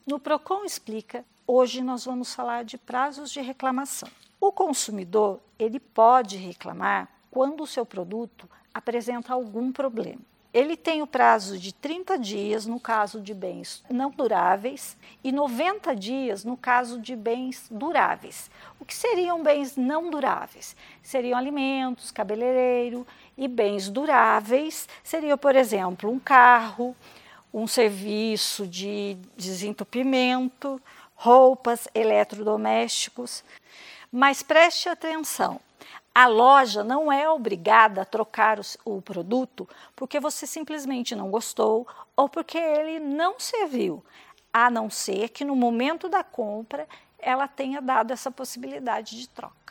No Procon Explica, hoje nós vamos falar de prazos de reclamação. O consumidor, ele pode reclamar quando o seu produto apresenta algum problema. Ele tem o prazo de 30 dias no caso de bens não duráveis e 90 dias no caso de bens duráveis. O que seriam bens não duráveis? Seriam alimentos, cabeleireiro, e bens duráveis seriam, por exemplo, um carro, um serviço de desentupimento, roupas, eletrodomésticos. Mas preste atenção, a loja não é obrigada a trocar o produto porque você simplesmente não gostou ou porque ele não serviu, a não ser que no momento da compra ela tenha dado essa possibilidade de troca.